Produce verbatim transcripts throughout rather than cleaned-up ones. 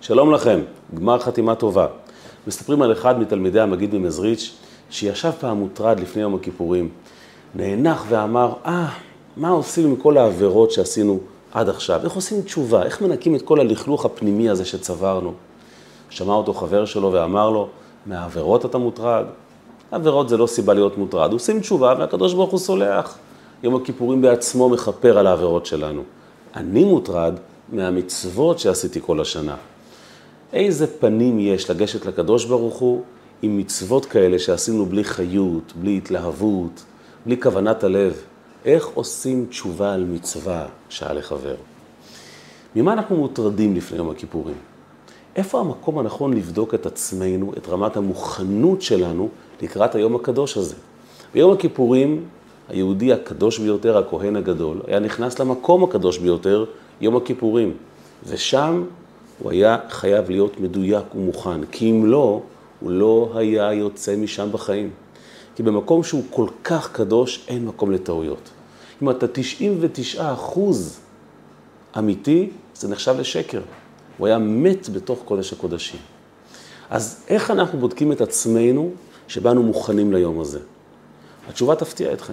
שלום לכם, גמר חתימה טובה. מספרים על אחד מתלמידי המגיד ממזריץ' שישב פעם מוטרד לפני יום הכיפורים. נאנח ואמר, אה, מה עושים עם כל העבירות שעשינו עד עכשיו? איך עושים תשובה? איך מנקים את כל הלכלוך הפנימי הזה שצברנו? שמע אותו חבר שלו ואמר לו, מהעבירות אתה מוטרד? העבירות זה לא סיבה להיות מוטרד. עושים תשובה והקדוש ברוך הוא סולח. יום הכיפורים בעצמו מכפר על העבירות שלנו. אני מוטרד מהמצוות שעשיתי כל השנה. איזה פנים יש לגשת לקדוש ברוך הוא עם מצוות כאלה שעשינו בלי חיות, בלי התלהבות, בלי כוונת הלב. איך עושים תשובה על מצווה? שאל לחבר. ממה אנחנו מוטרדים לפני יום הכיפורים? איפה המקום הנכון לבדוק את עצמנו, את רמת המוכנות שלנו לקראת היום הקדוש הזה? ביום הכיפורים, היהודי הקדוש ביותר, הכהן הגדול, היה נכנס למקום הקדוש ביותר, יום הכיפורים. ושם הוא היה חייב להיות מדויק ומוכן, כי אם לא, הוא לא היה יוצא משם בחיים. כי במקום שהוא כל כך קדוש, אין מקום לטעויות. אם אתה תשעים ותשעה אחוז אמיתי, זה נחשב לשקר. הוא היה מת בתוך קודש הקודשים. אז איך אנחנו בודקים את עצמנו שבאנו מוכנים ליום הזה? התשובה תפתיע אתכם.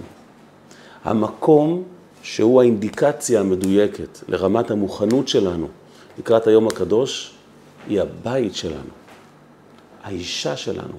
המקום שהוא האינדיקציה המדויקת לרמת המוכנות שלנו לקראת היום הקדוש, היא הבית שלנו, האישה שלנו.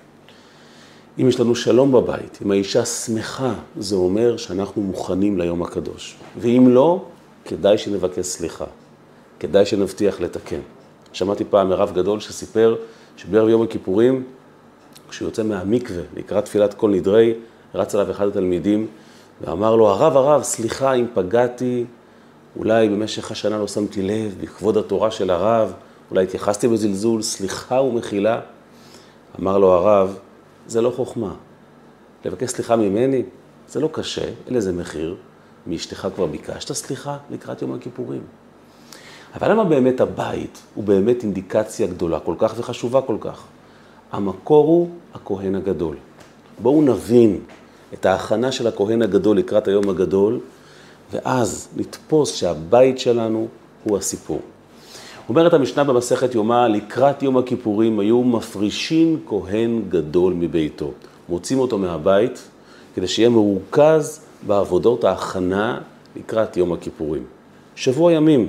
אם יש לנו שלום בבית, אם האישה שמחה, זה אומר שאנחנו מוכנים ליום הקדוש. ואם לא, כדאי שנבקש סליחה. כדאי שנבטיח לתקן. שמעתי פעם מרב גדול שסיפר שבערב יום הכיפורים, כשהוא יוצא מהמקווה לקראת תפילת כל נדרי, רץ עליו אחד התלמידים ואמר לו, הרב הרב, סליחה אם פגעתי, אולי במשך השנה לא שמתי לב, בכבוד התורה של הרב, אולי התייחסתי בזלזול, סליחה ומחילה. אמר לו הרב, זה לא חוכמה. לבקש סליחה ממני, זה לא קשה, אין לזה מחיר. מאשתך כבר ביקשת סליחה לקראת יום הכיפורים. אבל למה באמת הבית הוא באמת אינדיקציה גדולה כל כך וחשובה כל כך? המקור הוא הכהן הגדול. בואו נבין את ההכנה של הכהן הגדול לקראת היום הגדול, ואז נתפוס שהבית שלנו הוא הסיפור. אומרת המשנה במסכת יומא, לקראת יום הכיפורים היו מפרישים כהן גדול מביתו. מוצאים אותו מהבית כדי שיהיה מרוכז בעבודות ההכנה לקראת יום הכיפורים. שבוע ימים.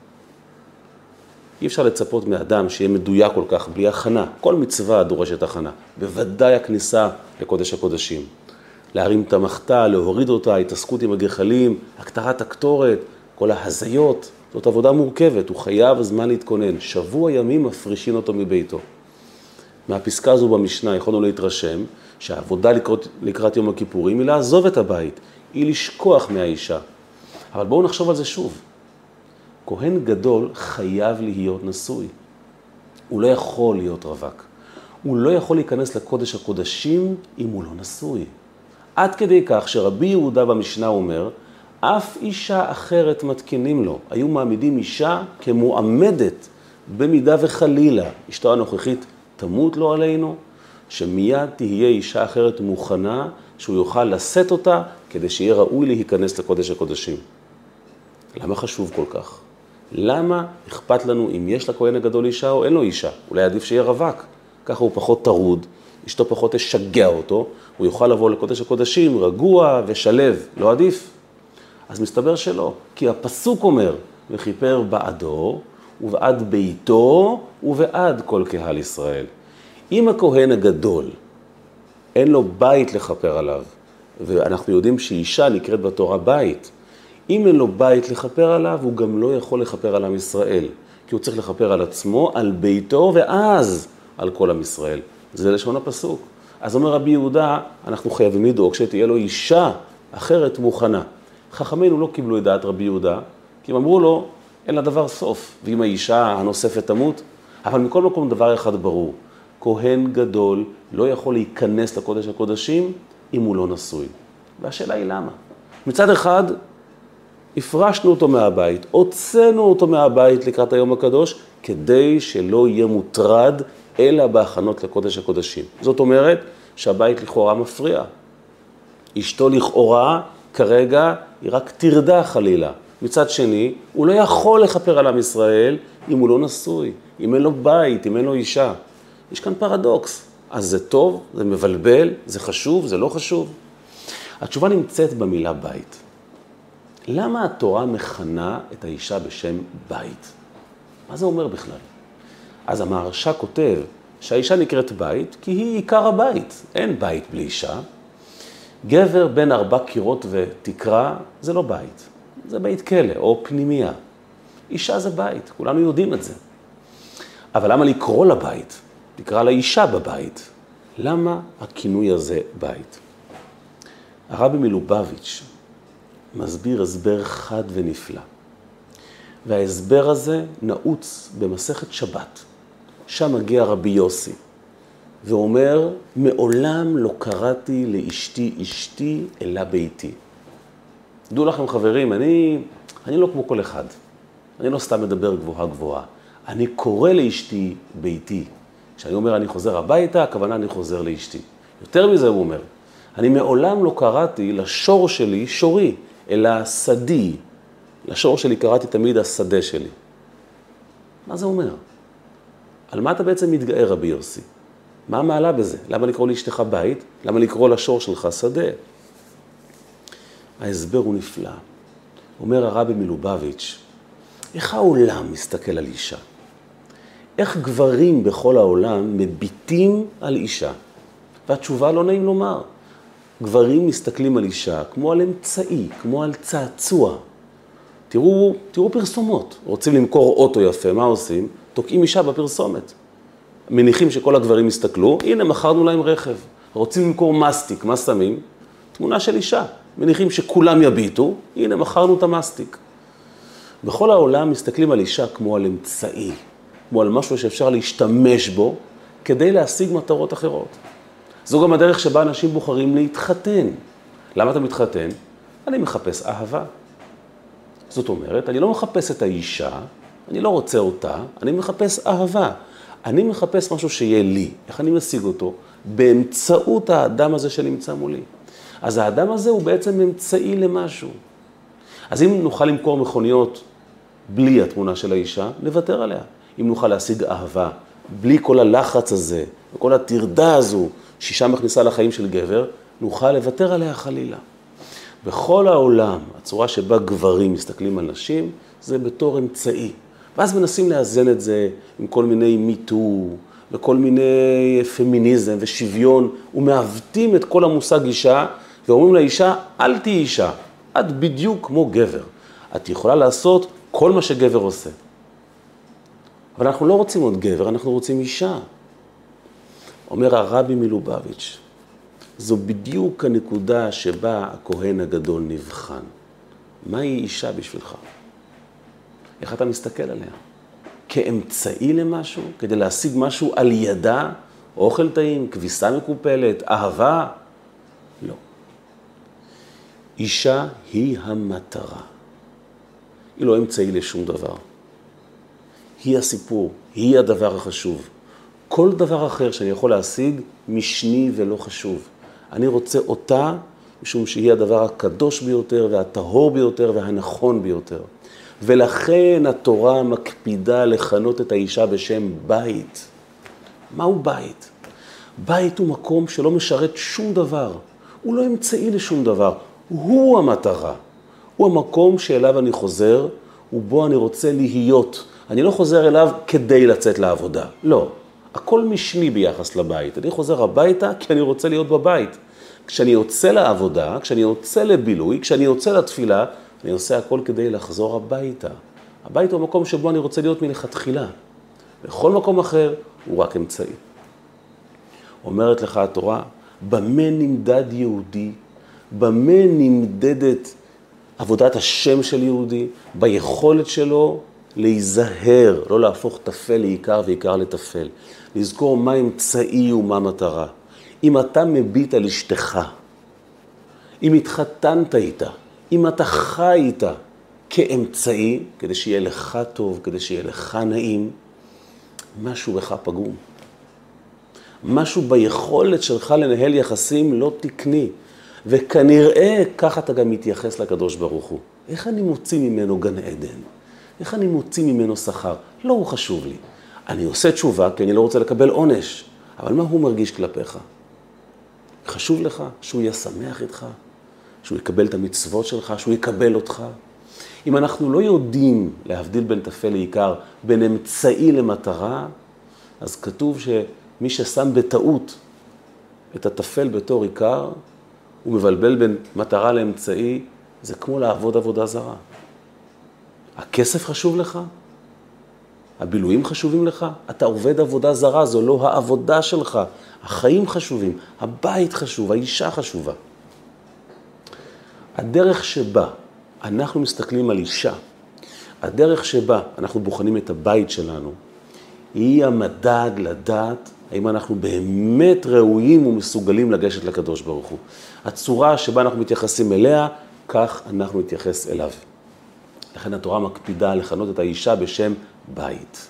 אי אפשר לצפות מאדם שיהיה מדויק כל כך בלי הכנה. כל מצווה דורשת הכנה. בוודאי הכניסה לקודש הקודשים. להרים את המחתה, להוריד אותה, התעסקות עם הגחלים, הקטרת הקטורת, כל ההזיות. זאת עבודה מורכבת, הוא חייב זמן להתכונן. שבוע ימים מפרישים אותו מביתו. מהפסקה הזו במשנה יכולנו להתרשם שהעבודה לקראת, לקראת יום הכיפורים היא לעזוב את הבית, היא לשכוח מהאישה. אבל בואו נחשוב על זה שוב. כהן גדול חייב להיות נשוי. הוא לא יכול להיות רווק. הוא לא יכול להיכנס לקודש הקודשים אם הוא לא נשוי. עד כדי כך שרבי יהודה במשנה אומר, אף אישה אחרת מתקינים לו. היו מעמידים אישה כמועמדת במידה וחלילה. אשתו הנוכחית תמות לו עלינו, שמיד תהיה אישה אחרת מוכנה, שהוא יוכל לשאת אותה כדי שיהיה ראוי להיכנס לקודש הקודשים. למה חשוב כל כך? למה אכפת לנו אם יש לכהן הגדול אישה או אין לו אישה? אולי עדיף שיהיה רווק. ככה הוא פחות טרוד, אשתו פחות תשגע אותו, הוא יוכל לבוא לקודש הקודשים רגוע ושלב, לא עדיף? אז מסתבר שלא, כי הפסוק אומר, וכיפר בעדו ובעד ביתו ובעד כל קהל ישראל. אם הכהן הגדול אין לו בית לכפר עליו, ואנחנו יודעים שאישה נקראת בתורה בית, אם אין לו בית לכפר עליו, הוא גם לא יכול לכפר על עם ישראל, כי הוא צריך לכפר על עצמו, על ביתו, ואז על כל עם ישראל. זה לשון הפסוק. אז אומר רבי יהודה, אנחנו חייבים לדאוג שתהיה לו אישה אחרת מוכנה. חכמינו לא קיבלו את דעת רבי יהודה, כי הם אמרו לו, אין לה דבר סוף, ואם האישה הנוספת תמות, אבל מכל מקום דבר אחד ברור, כהן גדול לא יכול להיכנס לקודש הקודשים אם הוא לא נשוי. והשאלה היא למה? מצד אחד, הפרשנו אותו מהבית, הוצאנו אותו מהבית לקראת היום הקדוש, כדי שלא יהיה מוטרד, אלא בהכנות לקודש הקודשים. זאת אומרת שהבית לכאורה מפריע. אשתו לכאורה כרגע היא רק תרדה חלילה. מצד שני, הוא לא יכול לכפר על עם ישראל, אם הוא לא נשוי, אם אין לו בית, אם אין לו אישה? יש כאן פרדוקס. אז זה טוב, זה מבלבל, זה חשוב, זה לא חשוב. התשובה נמצאת במילה בית. למה התורה מכנה את האישה בשם בית? מה זה אומר בכלל? אז המהרש"א כותב שהאישה נקראת בית כי היא עיקר הבית. אין בית בלי אישה. גבר בין ארבע קירות ותקרה זה לא בית. זה בית כלא או פנימיה. אישה זה בית, כולנו יודעים את זה. אבל למה לקרוא לבית? תקרא לאישה בבית. למה הכינוי הזה בית? הרבי מלובביץ' מסביר הסבר חד ונפלא. וההסבר הזה נעוץ במסכת שבת. שם מגיע רבי יוסי ואומר, מעולם לא קראתי לאשתי אשתי אלא ביתי. דעו לכם חברים, אני, אני לא כמו כל אחד. אני לא סתם מדבר גבוהה גבוהה. אני קורא לאשתי ביתי. כשאני אומר אני חוזר הביתה, הכוונה אני חוזר לאשתי. יותר מזה הוא אומר, אני מעולם לא קראתי לשור שלי שורי, אלא שדי. לשור שלי קראתי תמיד השדה שלי. מה זה אומר? על מה אתה בעצם מתגאה רבי יוסי? מה המעלה בזה? למה לקרוא לאשתך בית? למה לקרוא לשור שלך שדה? ההסבר הוא נפלא. אומר הרבי מלובביץ', איך העולם מסתכל על אישה? איך גברים בכל העולם מביטים על אישה? והתשובה לא נעים לומר. גברים מסתכלים על אישה כמו על אמצעי, כמו על צעצוע. תראו, תראו פרסומות. רוצים למכור אוטו יפה, מה עושים? תוקעים אישה בפרסומת. מניחים שכל הגברים יסתכלו, הנה מכרנו להם רכב. רוצים למכור מסטיק, מה שמים? תמונה של אישה. מניחים שכולם יביטו, הנה מכרנו את המסטיק. בכל העולם מסתכלים על אישה כמו על אמצעי, כמו על משהו שאפשר להשתמש בו כדי להשיג מטרות אחרות. זו גם הדרך שבה אנשים בוחרים להתחתן. למה אתה מתחתן? אני מחפש אהבה. זאת אומרת, אני לא מחפש את האישה, אני לא רוצה אותה, אני מחפש אהבה. אני מחפש משהו שיהיה לי. איך אני משיג אותו? באמצעות האדם הזה שנמצא מולי. אז האדם הזה הוא בעצם אמצעי למשהו. אז אם נוכל למכור מכוניות בלי התמונה של האישה, נוותר עליה. אם נוכל להשיג אהבה, בלי כל הלחץ הזה, וכל התרדה הזו, שאישה מכניסה לחיים של גבר, נוכל לוותר עליה חלילה. בכל העולם, הצורה שבה גברים מסתכלים על נשים, זה בתור אמצעי. ואז מנסים לאזן את זה עם כל מיני מיטו, וכל מיני פמיניזם ושוויון, ומעוותים את כל המושג אישה, ואומרים לאישה, אל תהי אישה, את בדיוק כמו גבר. את יכולה לעשות כל מה שגבר עושה. אבל אנחנו לא רוצים עוד גבר, אנחנו רוצים אישה. אומר הרבי מלובביץ', זו בדיוק הנקודה שבה הכהן הגדול נבחן. מהי אישה בשבילך? איך אתה מסתכל עליה? כאמצעי למשהו? כדי להשיג משהו על ידה? אוכל טעים, כביסה מקופלת, אהבה? לא. אישה היא המטרה. היא לא אמצעי לשום דבר. היא הסיפור, היא הדבר החשוב. כל דבר אחר שאני יכול להשיג, משני ולא חשוב. אני רוצה אותה, משום שהיא הדבר הקדוש ביותר והטהור ביותר והנכון ביותר. ולכן התורה מקפידה לכנות את האישה בשם בית. מהו בית? בית הוא מקום שלא משרת שום דבר. הוא לא אמצעי לשום דבר. הוא המטרה. הוא המקום שאליו אני חוזר, ובו אני רוצה להיות. אני לא חוזר אליו כדי לצאת לעבודה. לא. הכל משני ביחס לבית. אני חוזר הביתה כי אני רוצה להיות בבית. כשאני יוצא לעבודה, כשאני יוצא לבילוי, כשאני יוצא לתפילה, אני עושה הכל כדי לחזור הביתה. הבית הוא המקום שבו אני רוצה להיות מלכתחילה. בכל מקום אחר הוא רק אמצעי. אומרת לך התורה, במה נמדד יהודי? במה נמדדת עבודת השם של יהודי? ביכולת שלו להיזהר, לא להפוך תפל לעיקר ועיקר לתפל. לזכור מה אמצעי ומה מטרה. אם אתה מביט על אשתך, אם התחתנת איתה, אם אתה חי איתה כאמצעי, כדי שיהיה לך טוב, כדי שיהיה לך נעים, משהו בך פגום. משהו ביכולת שלך לנהל יחסים לא תקני. וכנראה כך אתה גם מתייחס לקדוש ברוך הוא. איך אני מוציא ממנו גן עדן? איך אני מוציא ממנו שכר? לא הוא חשוב לי. אני עושה תשובה כי אני לא רוצה לקבל עונש. אבל מה הוא מרגיש כלפיך? חשוב לך שהוא יהיה שמח איתך, שהוא יקבל את המצוות שלך, שהוא יקבל אותך. אם אנחנו לא יודעים להבדיל בין טפל לעיקר, בין אמצעי למטרה, אז כתוב שמי ששם בטעות את הטפל בתור עיקר, הוא מבלבל בין מטרה לאמצעי, זה כמו לעבוד עבודה זרה. הכסף חשוב לך? הבילויים חשובים לך? אתה עובד עבודה זרה, זו לא העבודה שלך. החיים חשובים, הבית חשוב, האישה חשובה. הדרך שבה אנחנו מסתכלים על אישה, הדרך שבה אנחנו בוחנים את הבית שלנו, היא המדד לדעת האם אנחנו באמת ראויים ומסוגלים לגשת לקדוש ברוך הוא. הצורה שבה אנחנו מתייחסים אליה, כך אנחנו נתייחס אליו. לכן התורה מקפידה לכנות את האישה בשם בית.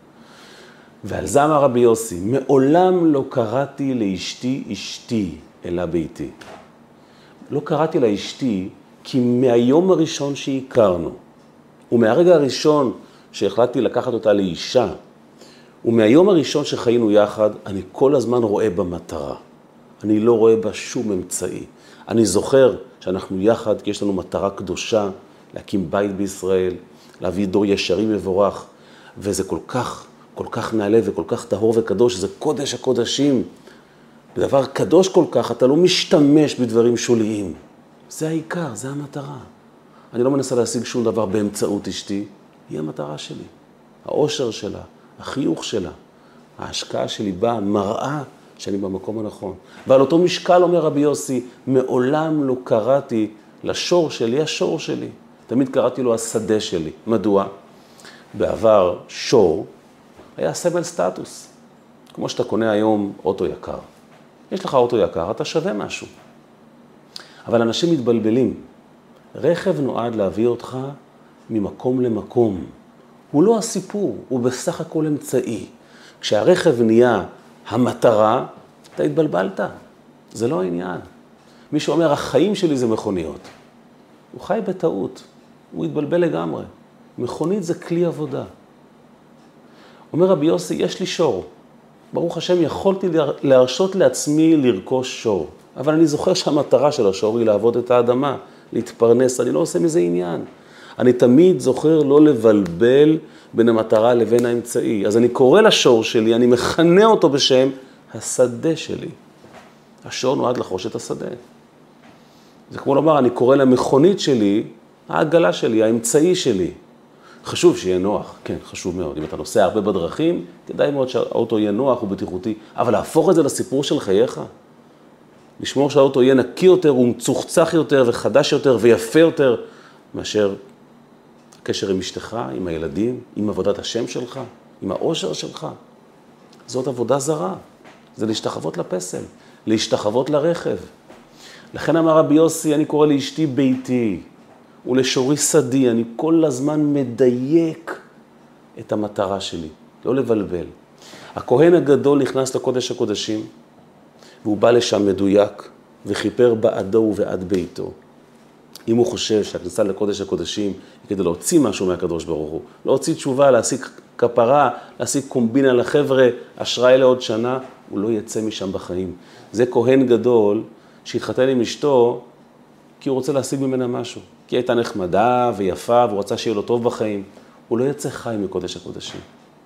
ועל זה אמר רבי יוסי, מעולם לא קראתי לאשתי אשתי אלא ביתי. לא קראתי לאשתי כי מהיום הראשון שהכרנו, ומהרגע הראשון שהחלטתי לקחת אותה לאישה, ומהיום הראשון שחיינו יחד, אני כל הזמן רואה במטרה. אני לא רואה בה שום אמצעי. אני זוכר שאנחנו יחד, כי יש לנו מטרה קדושה, להקים בית בישראל, להביא דור ישרים מבורך, וזה כל כך, כל כך נעלה וכל כך טהור וקדוש, זה קודש הקודשים. בדבר קדוש כל כך, אתה לא משתמש בדברים שוליים. זה העיקר, זה המטרה. אני לא מנסה להשיג שום דבר באמצעות אשתי, היא המטרה שלי. האושר שלה, החיוך שלה, ההשקעה שלי בה, מראה שאני במקום הנכון. ועל אותו משקל אומר רבי יוסי, מעולם לא קראתי לשור שלי, השור שלי. תמיד קראתי לו השדה שלי. מדוע? בעבר שור היה סמל סטטוס. כמו שאתה קונה היום אוטו יקר. יש לך אוטו יקר, אתה שווה משהו. אבל אנשים מתבלבלים. רכב נועד להביא אותך ממקום למקום. הוא לא הסיפור, הוא בסך הכל אמצעי. כשהרכב נהיה המטרה, אתה התבלבלת. זה לא העניין. מי שאומר, החיים שלי זה מכוניות. הוא חי בטעות. הוא התבלבל לגמרי. מכונית זה כלי עבודה. אומר רבי יוסי, יש לי שור. ברוך השם, יכולתי להרשות לעצמי לרכוש שור. אבל אני זוכר שהמטרה של השור היא לעבוד את האדמה, להתפרנס. אני לא עושה מזה עניין. אני תמיד זוכר לא לבלבל בין המטרה לבין האמצעי. אז אני קורא לשור שלי, אני מכנה אותו בשם השדה שלי. השור נועד לחוש את השדה. זה כמו לומר, אני קורא למכונית שלי, העגלה שלי, האמצעי שלי. חשוב שיהיה נוח, כן, חשוב מאוד. אם אתה נוסע הרבה בדרכים, כדאי מאוד שהאוטו יהיה נוח ובטיחותי, אבל להפוך את זה לסיפור של חייך. לשמור שהאוטו יהיה נקי יותר ומצוחצח יותר וחדש יותר ויפה יותר, מאשר הקשר עם אשתך, עם הילדים, עם עבודת השם שלך, עם האושר שלך. זאת עבודה זרה. זה להשתחוות לפסל, להשתחוות לרכב. לכן אמר רבי יוסי, אני קורא לאשתי ביתי, ולשורי שדי, אני כל הזמן מדייק את המטרה שלי, לא לבלבל. הכהן הגדול נכנס לקודש הקודשים, והוא בא לשם מדויק, וכיפר בעדו ובעד ביתו. אם הוא חושב שהכניסה לקודש הקודשים היא כדי להוציא משהו מהקדוש ברוך הוא, להוציא תשובה, להשיג כפרה, להשיג קומבינה לחבר'ה, אשראי לעוד שנה, הוא לא יצא משם בחיים. זה כהן גדול שהתחתן עם אשתו, כי הוא רוצה להשיג ממנה משהו. כי היא הייתה נחמדה ויפה, והוא רצה שיהיה לו טוב בחיים. הוא לא יצא חי מקודש הקודשים.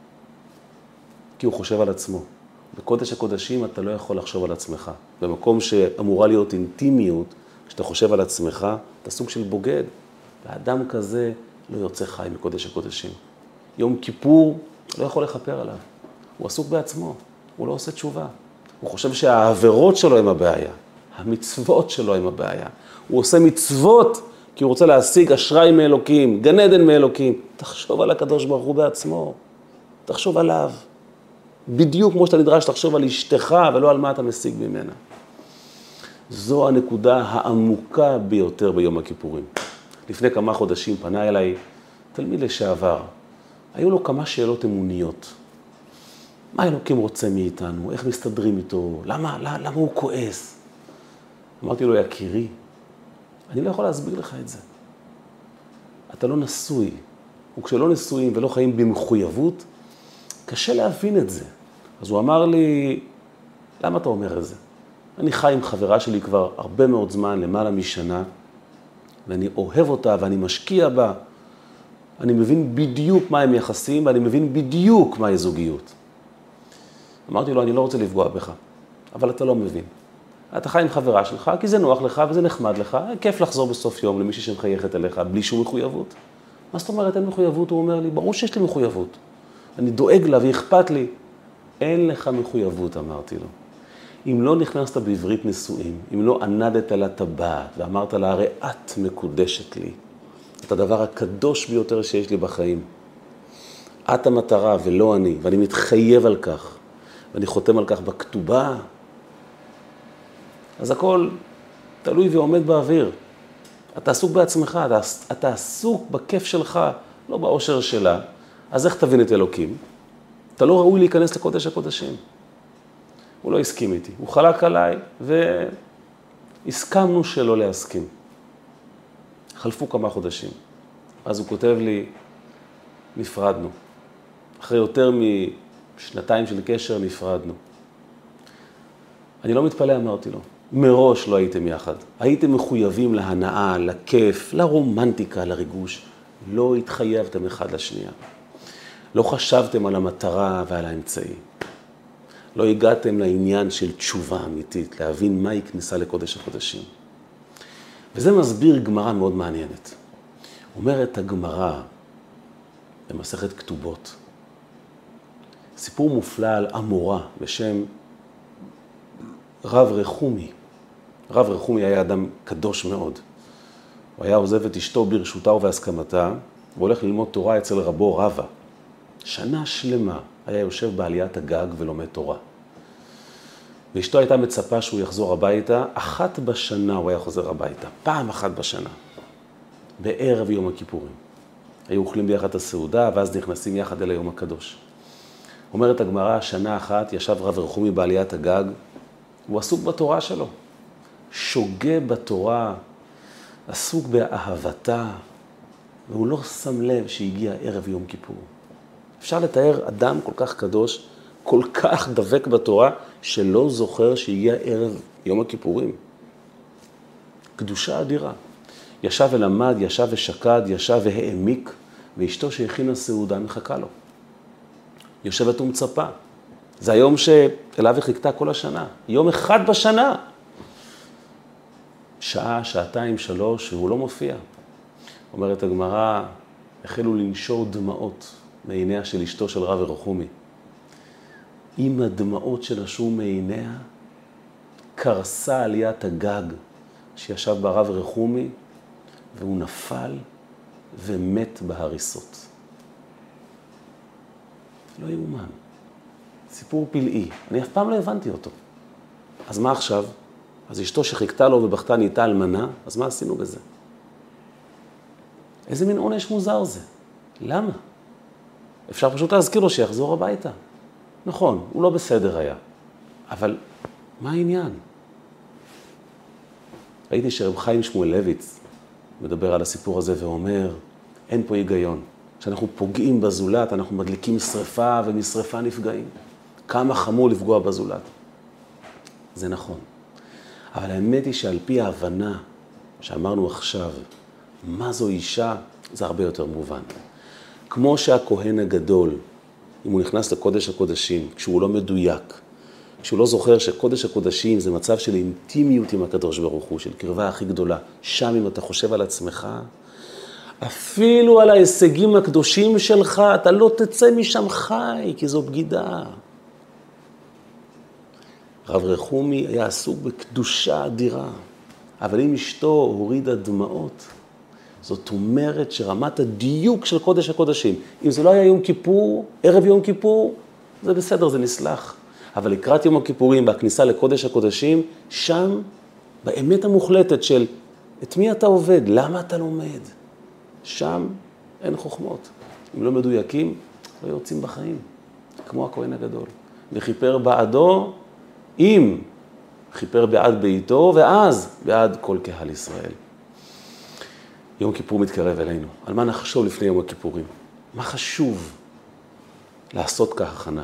כי הוא חושב על עצמו. בקודש הקודשים אתה לא יכול לחשוב על עצמך. במקום שאמורה להיות אינטימיות, כשאתה חושב על עצמך, אתה סוג של בוגד. והאדם כזה לא יוצא חי מקודש הקודשים. יום כיפור לא יכול לכפר עליו. הוא עסוק בעצמו, הוא לא עושה תשובה. הוא חושב שהעבירות שלו הם הבעיה. המצוות שלו הם הבעיה. הוא עושה מצוות כי הוא רוצה להשיג אשראי מאלוקים, גן עדן מאלוקים. תחשוב על הקדוש ברוך הוא בעצמו. תחשוב עליו. בדיוק כמו שאתה נדרש לחשוב על אשתך ולא על מה אתה משיג ממנה. זו הנקודה העמוקה ביותר ביום הכיפורים. לפני כמה חודשים פנה אליי תלמיד לשעבר. היו לו כמה שאלות אמוניות. מה אלוקים רוצה מאיתנו? איך מסתדרים איתו? למה, למה, למה הוא כועס? אמרתי לו, יקירי, אני לא יכול להסביר לך את זה. אתה לא נשוי. וכשלא נשואים ולא חיים במחויבות, קשה להבין את זה. אז הוא אמר לי, למה אתה אומר את זה? אני חי עם חברה שלי כבר הרבה מאוד זמן, למעלה משנה, ואני אוהב אותה ואני משקיע בה. אני מבין בדיוק מה הם יחסים, ואני מבין בדיוק מהי זוגיות. אמרתי לו, אני לא רוצה לפגוע בך, אבל אתה לא מבין. אתה חי עם חברה שלך, כי זה נוח לך וזה נחמד לך, כיף לחזור בסוף יום למישהי שמחייכת אליך, בלי שום מחויבות. מה זאת אומרת, אין מחויבות? הוא אומר לי, ברור שיש לי מחויבות. אני דואג לה ואכפת לי. אין לך מחויבות, אמרתי לו. אם לא נכנסת בעברית נשואים, אם לא ענדת לה טבעת ואמרת לה, הרי את מקודשת לי. את הדבר הקדוש ביותר שיש לי בחיים. את המטרה ולא אני, ואני מתחייב על כך, ואני חותם על כך בכתובה. אז הכל תלוי ועומד באוויר. אתה עסוק בעצמך, אתה, אתה עסוק בכיף שלך, לא באושר שלה. אז איך תבין את אלוקים? אתה לא ראוי להיכנס לקודש הקודשים. הוא לא הסכים איתי. הוא חלק עליי, והסכמנו שלא להסכים. חלפו כמה חודשים. אז הוא כותב לי, נפרדנו. אחרי יותר משנתיים של קשר נפרדנו. אני לא מתפלא, אמרתי לו. מראש לא הייתם יחד. הייתם מחויבים להנאה, לכיף, לרומנטיקה, לריגוש. לא התחייבתם אחד לשנייה. לא חשבתם על המטרה ועל האמצעי. לא הגעתם לעניין של תשובה אמיתית, להבין מהי כניסה לקודש הקודשים. וזה מסביר גמרא מאוד מעניינת. אומרת הגמרא במסכת כתובות, סיפור מופלא על אמורה בשם רב רחומי. רב רחומי היה אדם קדוש מאוד. הוא היה עוזב את אשתו ברשותה ובהסכמתה, והולך ללמוד תורה אצל רבו רבא. שנה שלמה היה יושב בעליית הגג ולומד תורה. ואשתו הייתה מצפה שהוא יחזור הביתה, אחת בשנה הוא היה חוזר הביתה, פעם אחת בשנה, בערב יום הכיפורים. היו אוכלים ביחד את הסעודה, ואז נכנסים יחד אל היום הקדוש. אומרת הגמרא, שנה אחת ישב רב רחומי בעליית הגג, הוא עסוק בתורה שלו, שוגה בתורה, עסוק באהבתה, והוא לא שם לב שהגיע ערב יום כיפור. אפשר לתאר אדם כל כך קדוש, כל כך דבק בתורה, שלא זוכר שהגיע ערב יום הכיפורים. קדושה אדירה. ישב ולמד, ישב ושקד, ישב והעמיק, ואשתו שהכינה סעודה מחכה לו. יושבת ומצפה. זה היום שאליו היא חיכתה כל השנה. יום אחד בשנה. שעה, שעתיים, שלוש, והוא לא מופיע. אומרת הגמרא, החלו לנשור דמעות מעיניה של אשתו של רב רחומי. עם הדמעות שנשרו מעיניה, קרסה עליית הגג שישב ברב רחומי, והוא נפל ומת בהריסות. לא יאומן. סיפור פלאי. אני אף פעם לא הבנתי אותו. אז מה עכשיו? אז אשתו שחיכתה לו ובכתה נהייתה אלמנה, אז מה עשינו בזה? איזה מין עונש מוזר זה? למה? אפשר פשוט להזכיר לו שיחזור הביתה. נכון, הוא לא בסדר היה. אבל מה העניין? ראיתי שרב חיים שמואלביץ מדבר על הסיפור הזה ואומר, אין פה היגיון. כשאנחנו פוגעים בזולת, אנחנו מדליקים שריפה ומשריפה נפגעים. כמה חמור לפגוע בזולת. זה נכון. אבל האמת היא שעל פי ההבנה שאמרנו עכשיו, מה זו אישה, זה הרבה יותר מובן. כמו שהכהן הגדול, אם הוא נכנס לקודש הקודשים, כשהוא לא מדויק, כשהוא לא זוכר שקודש הקודשים זה מצב של אינטימיות עם הקדוש ברוך הוא, של קרבה הכי גדולה, שם אם אתה חושב על עצמך, אפילו על ההישגים הקדושים שלך, אתה לא תצא משם חי, כי זו בגידה. רב רחומי היה עסוק בקדושה אדירה, אבל אם אשתו הורידה דמעות, זאת אומרת שרמת הדיוק של קודש הקודשים, אם זה לא היה יום כיפור, ערב יום כיפור, זה בסדר, זה נסלח. אבל לקראת יום הכיפורים, בכניסה לקודש הקודשים, שם, באמת המוחלטת של את מי אתה עובד, למה אתה לומד, שם אין חוכמות. אם לא מדויקים, לא יוצאים בחיים, כמו הכהן הגדול. וכיפר בעדו, אם חיפר בעד ביתו, ואז בעד כל קהל ישראל. יום כיפור מתקרב אלינו. על מה נחשוב לפני יום הכיפורים? מה חשוב לעשות כהכנה?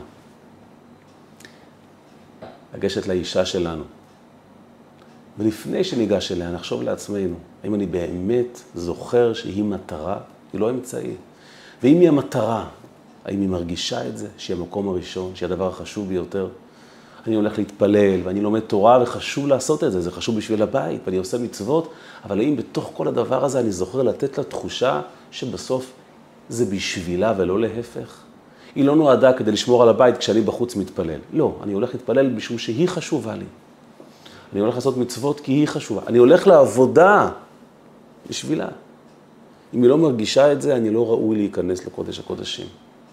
לגשת לאישה שלנו. ולפני שניגש אליה, נחשוב לעצמנו, האם אני באמת זוכר שהיא מטרה, היא לא אמצעי. ואם היא המטרה, האם היא מרגישה את זה, שהיא המקום הראשון, שהיא הדבר החשוב ביותר? אני הולך להתפלל, ואני לומד תורה, וחשוב לעשות את זה, זה חשוב בשביל הבית, ואני עושה מצוות, אבל האם בתוך כל הדבר הזה אני זוכר לתת לה תחושה שבסוף זה בשבילה ולא להפך? היא לא נועדה כדי לשמור על הבית כשאני בחוץ מתפלל. לא, אני הולך להתפלל משום שהיא חשובה לי. אני הולך לעשות מצוות כי היא חשובה. אני הולך לעבודה בשבילה. אם היא לא מרגישה את זה, אני לא ראוי להיכנס לקודש הקודשים.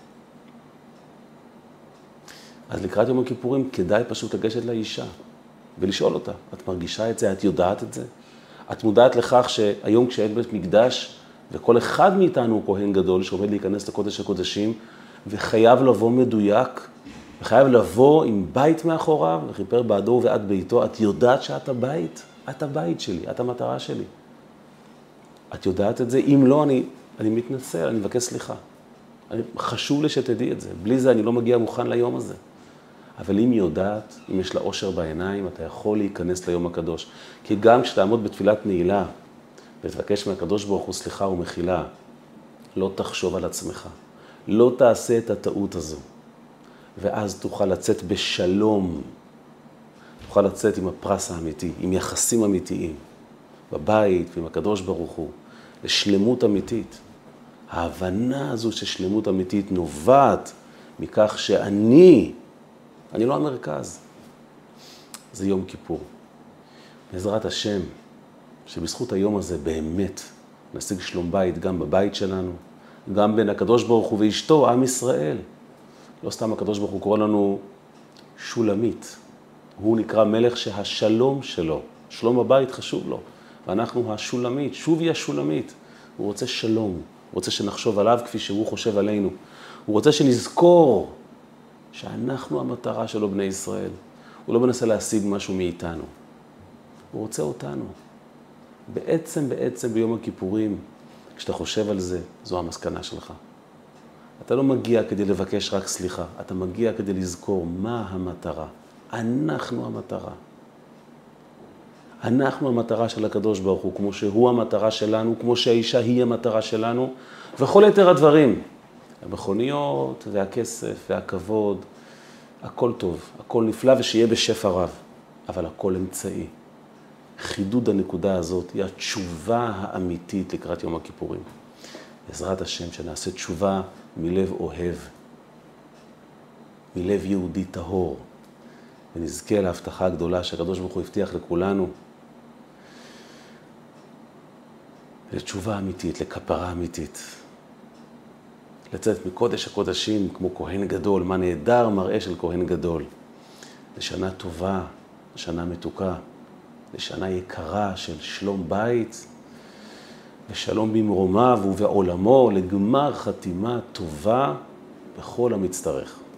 אז לקראת יום הכיפורים כדאי פשוט לגשת לאישה ולשאול אותה, את מרגישה את זה? את יודעת את זה? את מודעת לכך שהיום כשאין בית מקדש וכל אחד מאיתנו הוא כהן גדול שעומד להיכנס לקודש הקודשים וחייב לבוא מדויק, וחייב לבוא עם בית מאחוריו וכיפר בעדו ועד ביתו, את יודעת שאת הבית? את הבית שלי, את המטרה שלי. את יודעת את זה? אם לא, אני, אני מתנצל, אני מבקש סליחה. אני, חשוב לי שתדעי את זה. בלי זה אני לא מגיע מוכן ליום הזה. אבל אם היא יודעת, אם יש לה אושר בעיניים, אתה יכול להיכנס ליום הקדוש. כי גם כשתעמוד בתפילת נעילה, ותבקש מהקדוש ברוך הוא סליחה ומחילה, לא תחשוב על עצמך. לא תעשה את הטעות הזו. ואז תוכל לצאת בשלום. תוכל לצאת עם הפרס האמיתי, עם יחסים אמיתיים. בבית ועם הקדוש ברוך הוא. לשלמות אמיתית. ההבנה הזו ששלמות אמיתית נובעת מכך שאני, אני לא המרכז. זה יום כיפור. בעזרת השם, שבזכות היום הזה באמת נשיג שלום בית גם בבית שלנו, גם בין הקדוש ברוך הוא ואשתו, עם ישראל. לא סתם הקדוש ברוך הוא קורא לנו שולמית. הוא נקרא מלך שהשלום שלו, שלום הבית חשוב לו. ואנחנו השולמית, שובי השולמית. הוא רוצה שלום, הוא רוצה שנחשוב עליו כפי שהוא חושב עלינו. הוא רוצה שנזכור שאנחנו המטרה שלו בני ישראל. הוא לא מנסה להשיג משהו מאיתנו. הוא רוצה אותנו. בעצם, בעצם ביום הכיפורים, כשאתה חושב על זה, זו המסקנה שלך. אתה לא מגיע כדי לבקש רק סליחה, אתה מגיע כדי לזכור מה המטרה. אנחנו המטרה. אנחנו המטרה של הקדוש ברוך הוא, כמו שהוא המטרה שלנו, כמו שהאישה היא המטרה שלנו, וכל יתר הדברים, המכוניות והכסף והכבוד, הכל טוב, הכל נפלא ושיהיה בשפע רב, אבל הכל אמצעי. חידוד הנקודה הזאת היא התשובה האמיתית לקראת יום הכיפורים. בעזרת השם שנעשה תשובה מלב אוהב, מלב יהודי טהור, ונזכה להבטחה הגדולה שהקדוש ברוך הוא הבטיח לכולנו, לתשובה אמיתית, לכפרה אמיתית. לצאת מקודש הקודשים כמו כהן גדול, מה נהדר מראה של כהן גדול. לשנה טובה, לשנה מתוקה, לשנה יקרה של שלום בית, ושלום במרומיו ובעולמו, לגמר חתימה טובה בכל המצטרך.